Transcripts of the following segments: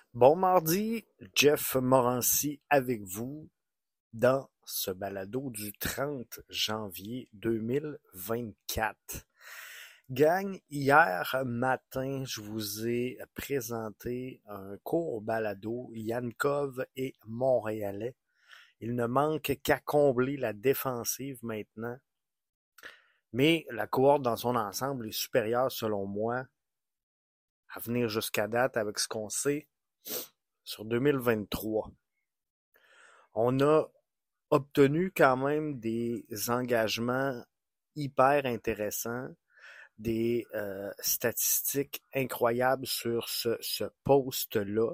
Bon mardi, Jeff Morancy avec vous dans ce balado du 30 janvier 2024. Gang, hier matin, je vous ai présenté un court balado Yankov et Montréalais. Il ne manque qu'à combler la défensive maintenant, mais la cohorte dans son ensemble est supérieure selon moi à venir jusqu'à date avec ce qu'on sait sur 2023. On a obtenu quand même des engagements hyper intéressants, des statistiques incroyables sur ce poste-là.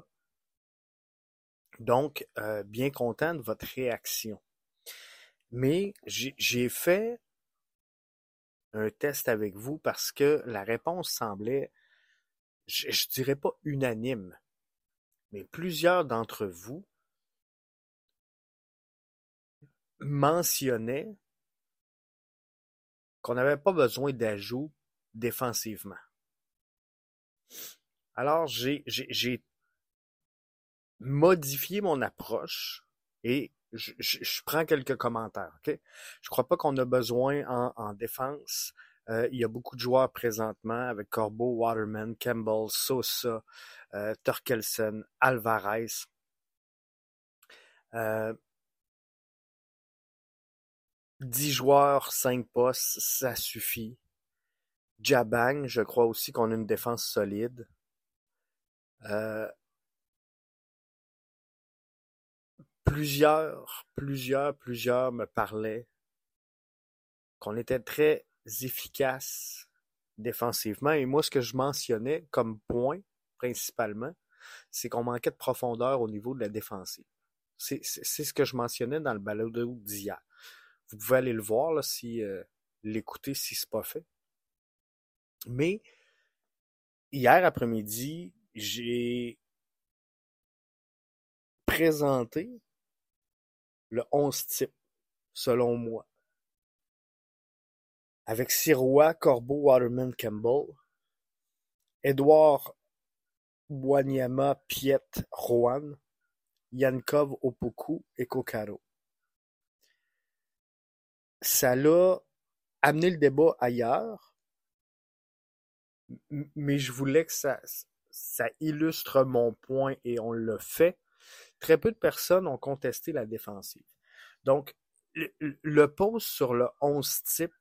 Donc, bien content de votre réaction. Mais j'ai fait un test avec vous parce que la réponse semblait, je dirais pas unanime, mais plusieurs d'entre vous mentionnaient qu'on n'avait pas besoin d'ajouts défensivement. Alors, j'ai modifié mon approche et je prends quelques commentaires. Ok, je crois pas qu'on a besoin en défense. Il y a beaucoup de joueurs présentement avec Corbeau, Waterman, Campbell, Sosa, Torkelson, Alvarez. Euh, 10 joueurs, 5 postes, ça suffit. Jabang, je crois aussi qu'on a une défense solide. Euh, plusieurs me parlaient qu'on était très efficace défensivement. Et moi, ce que je mentionnais comme point, principalement, c'est qu'on manquait de profondeur au niveau de la défensive. C'est ce que je mentionnais dans le balado d'hier. Vous pouvez aller le voir là, si l'écouter si c'est pas fait. Mais hier après-midi, j'ai présenté le 11 type, selon moi. Avec Sirois, Corbeau, Waterman, Campbell, Edouard Wanyama, Piet, Rouen, Yankov, Opoku et Kokaro. Ça l'a amené le débat ailleurs, mais je voulais que ça illustre mon point et on l'a fait. Très peu de personnes ont contesté la défensive. Donc, le pause sur le 11 type,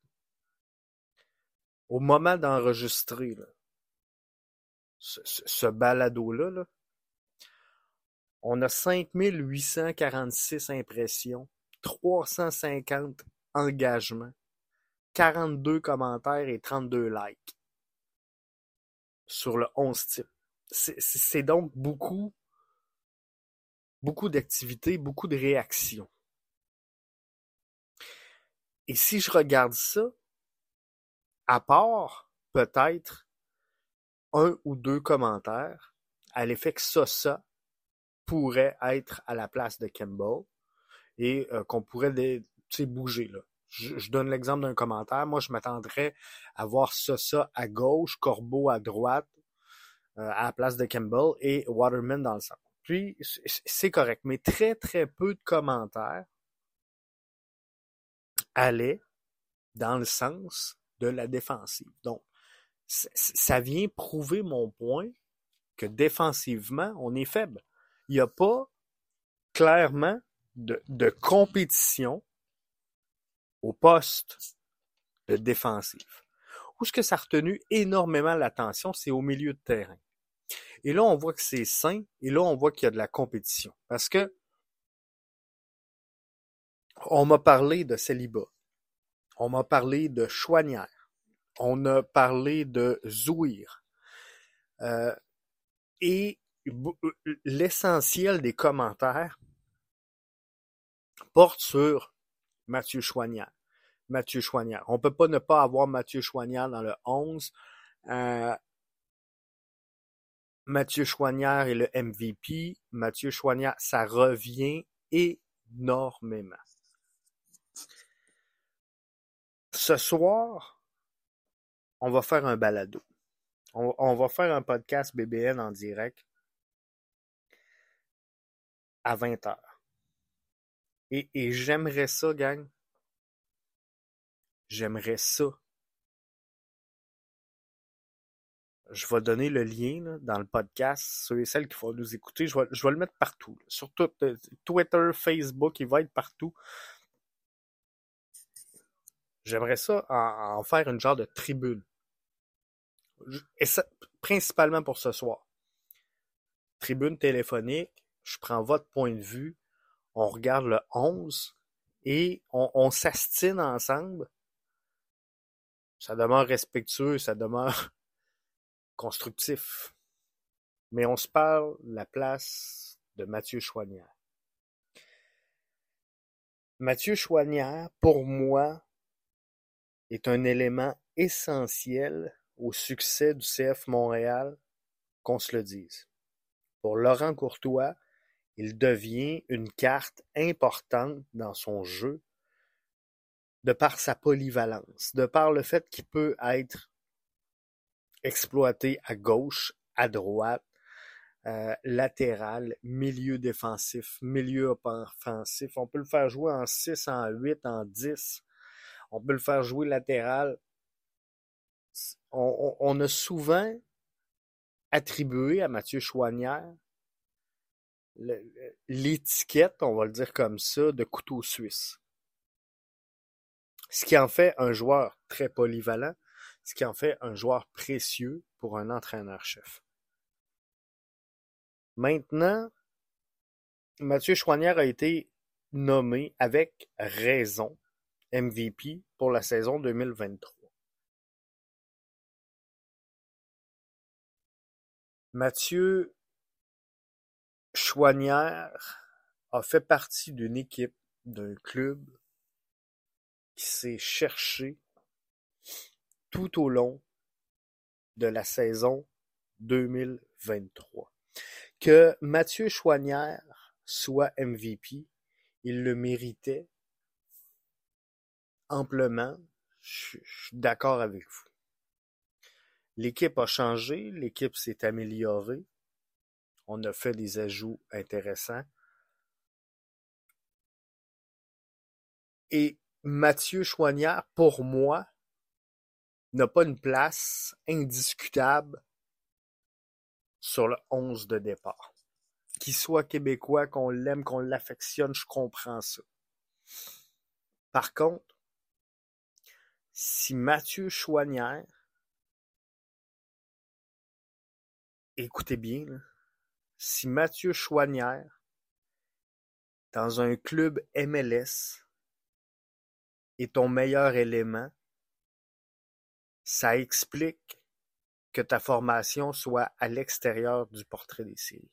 au moment d'enregistrer là, ce balado-là, là, on a 5846 impressions, 350 engagements, 42 commentaires et 32 likes sur le 11 type. C'est donc beaucoup d'activités, beaucoup de réactions. Et si je regarde ça, à part peut-être un ou deux commentaires à l'effet que ça pourrait être à la place de Campbell et qu'on pourrait bouger là. Je donne l'exemple d'un commentaire. Moi, je m'attendrais à voir ça à gauche, Corbeau à droite, à la place de Campbell et Waterman dans le centre. Puis, c'est correct. Mais très, très peu de commentaires allaient dans le sens de la défensive. Donc, ça vient prouver mon point que défensivement, on est faible. Il n'y a pas clairement de compétition au poste de défensif. Où ce que ça a retenu énormément l'attention, c'est au milieu de terrain. Et là, on voit que c'est sain, et là, on voit qu'il y a de la compétition. Parce que on m'a parlé de Saliba, on m'a parlé de Chouanière, on a parlé de Zouir, et l'essentiel des commentaires porte sur Mathieu Chouanière. Mathieu Chouanière. On peut pas ne pas avoir Mathieu Chouanière dans le 11. Mathieu Chouanière est le MVP. Mathieu Chouanière, ça revient énormément. Ce soir, on va faire un balado. On va faire un podcast BBN en direct. à 20h. Et j'aimerais ça, gang. J'aimerais ça. Je vais donner le lien là, dans le podcast. Ceux et celles qui vont nous écouter, je vais le mettre partout. Là. Sur tout, Twitter, Facebook, il va être partout. J'aimerais ça en faire une genre de tribune. Et ça, principalement pour ce soir. Tribune téléphonique, je prends votre point de vue, on regarde le 11 et on s'astine ensemble. Ça demeure respectueux, ça demeure constructif. Mais on se parle de la place de Mathieu Choinière. Mathieu Choinière, pour moi, est un élément essentiel au succès du CF Montréal, qu'on se le dise. Pour Laurent Courtois, il devient une carte importante dans son jeu de par sa polyvalence, de par le fait qu'il peut être exploité à gauche, à droite, latéral, milieu défensif, milieu offensif. On peut le faire jouer en 6, en 8, en 10. On peut le faire jouer latéral. On a souvent attribué à Mathieu Choinière l'étiquette, on va le dire comme ça, de couteau suisse. Ce qui en fait un joueur très polyvalent, ce qui en fait un joueur précieux pour un entraîneur-chef. Maintenant, Mathieu Choinière a été nommé avec raison MVP pour la saison 2023. Mathieu Choinière a fait partie d'une équipe, d'un club qui s'est cherché tout au long de la saison 2023. Que Mathieu Choinière soit MVP, il le méritait amplement. Je suis d'accord avec vous. L'équipe a changé, l'équipe s'est améliorée. On a fait des ajouts intéressants. Et Mathieu Choinière, pour moi, n'a pas une place indiscutable sur le 11 de départ. Qu'il soit québécois, qu'on l'aime, qu'on l'affectionne, je comprends ça. Par contre, si Mathieu Choinière, écoutez bien, là, si Mathieu Choinière, dans un club MLS, est ton meilleur élément, ça explique que ta formation soit à l'extérieur du portrait des séries.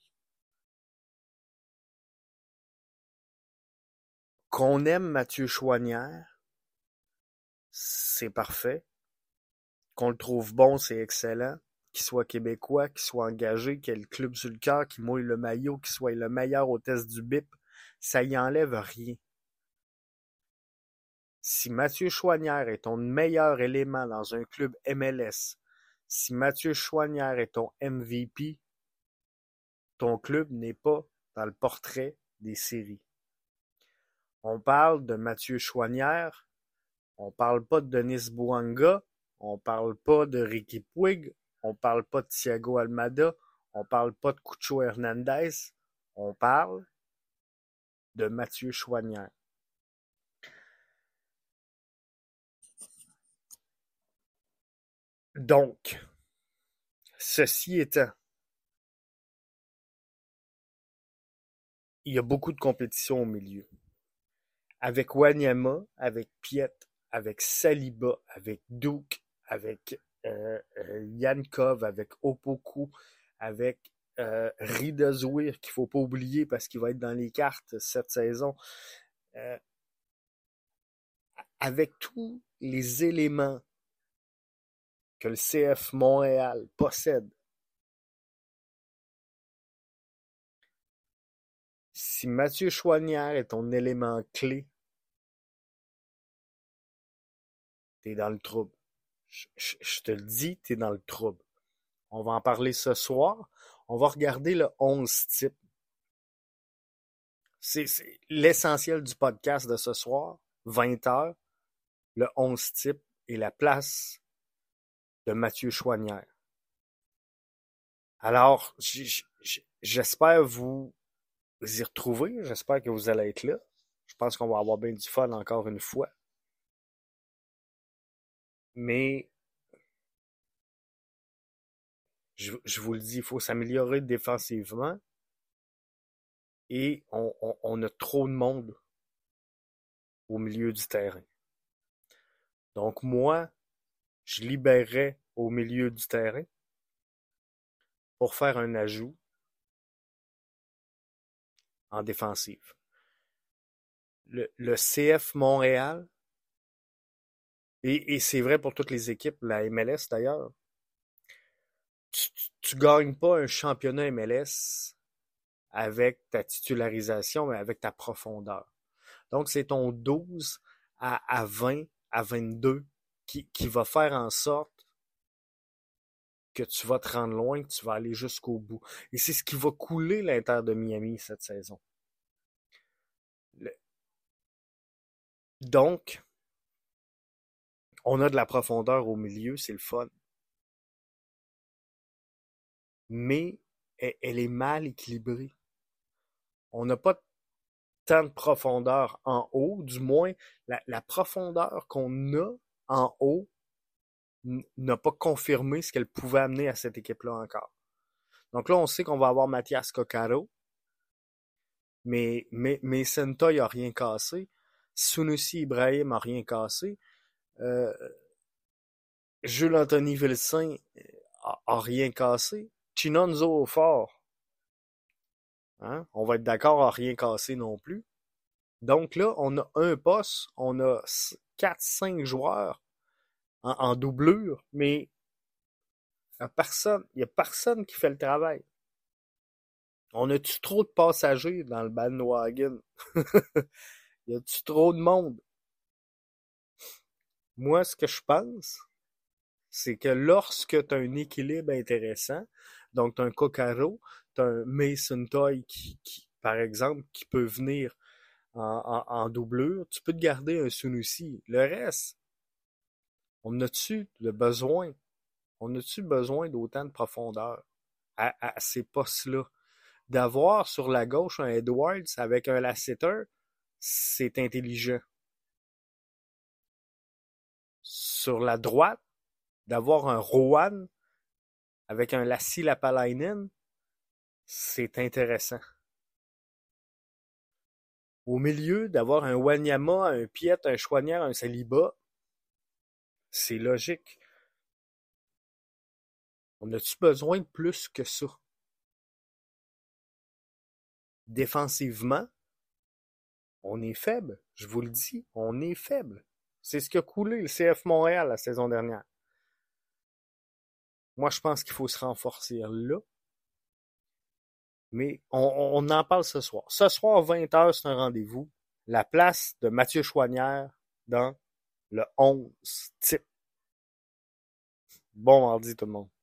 Qu'on aime Mathieu Choinière, c'est parfait. Qu'on le trouve bon, c'est excellent. Qu'il soit québécois, qu'il soit engagé, qu'il ait le club sur le cœur, qu'il mouille le maillot, qu'il soit le meilleur au test du BIP, ça y enlève rien. Si Mathieu Choinière est ton meilleur élément dans un club MLS, si Mathieu Choinière est ton MVP, ton club n'est pas dans le portrait des séries. On parle de Mathieu Choinière, on parle pas de Denis Bouanga, on parle pas de Ricky Puig, on parle pas de Thiago Almada, on parle pas de Cucho Hernandez, on parle de Mathieu Choinière. Donc, ceci étant, il y a beaucoup de compétition au milieu. Avec Wanyama, avec Piet, avec Saliba, avec Duke, avec Yankov, avec Opoku, avec Rida Zouir, qu'il ne faut pas oublier parce qu'il va être dans les cartes cette saison. Avec tous les éléments que le CF Montréal possède, si Mathieu Choinière est ton élément clé, t'es dans le trouble. Je te le dis, t'es dans le trouble. On va en parler ce soir. On va regarder le 11 type. C'est l'essentiel du podcast de ce soir, 20h, le 11 type et la place de Mathieu Choinière. Alors, j'espère vous y retrouver, j'espère que vous allez être là. Je pense qu'on va avoir bien du fun encore une fois. Mais, je vous le dis, il faut s'améliorer défensivement et on a trop de monde au milieu du terrain. Donc moi, je libérerais au milieu du terrain pour faire un ajout en défensive. Le CF Montréal, et c'est vrai pour toutes les équipes, la MLS d'ailleurs, tu gagnes pas un championnat MLS avec ta titularisation, mais avec ta profondeur. Donc, c'est ton 12 à 20, à 22 qui va faire en sorte que tu vas te rendre loin, que tu vas aller jusqu'au bout. Et c'est ce qui va couler l'Inter de Miami cette saison. Donc, on a de la profondeur au milieu, c'est le fun. Mais elle est mal équilibrée. On n'a pas tant de profondeur en haut, du moins la profondeur qu'on a en haut n'a pas confirmé ce qu'elle pouvait amener à cette équipe-là encore. Donc là, on sait qu'on va avoir Mathias Coccaro, mais Senta, il a rien cassé. Sunusi Ibrahim a rien cassé. Jules Anthony Vilsain a rien cassé. Chinonzo au fort, hein? On va être d'accord, a rien cassé non plus. Donc là, on a un poste, on a 4-5 joueurs en doublure, mais il n'y a personne qui fait le travail. On a-tu trop de passagers dans le bandwagon? Y a-tu trop de monde? Moi, ce que je pense, c'est que lorsque tu as un équilibre intéressant, donc tu as un Coccaro, tu as un Mason Toy par exemple, qui peut venir en doublure, tu peux te garder un Sunusi. Le reste, on a-tu le besoin? On a-tu besoin d'autant de profondeur à ces postes-là? D'avoir sur la gauche un Edwards avec un Lasseter, c'est intelligent. Sur la droite, d'avoir un Rowan avec un Lassi Lapalainen, c'est intéressant. Au milieu, d'avoir un Wanyama, un Piet, un Choinière, un Saliba, c'est logique. On a-tu besoin de plus que ça? Défensivement, on est faible. Je vous le dis, on est faible. C'est ce qui a coulé le CF Montréal la saison dernière. Moi, je pense qu'il faut se renforcer là. Mais on en parle ce soir. Ce soir, 20h, c'est un rendez-vous. La place de Mathieu Choinière dans le 11 type. Bon mardi tout le monde.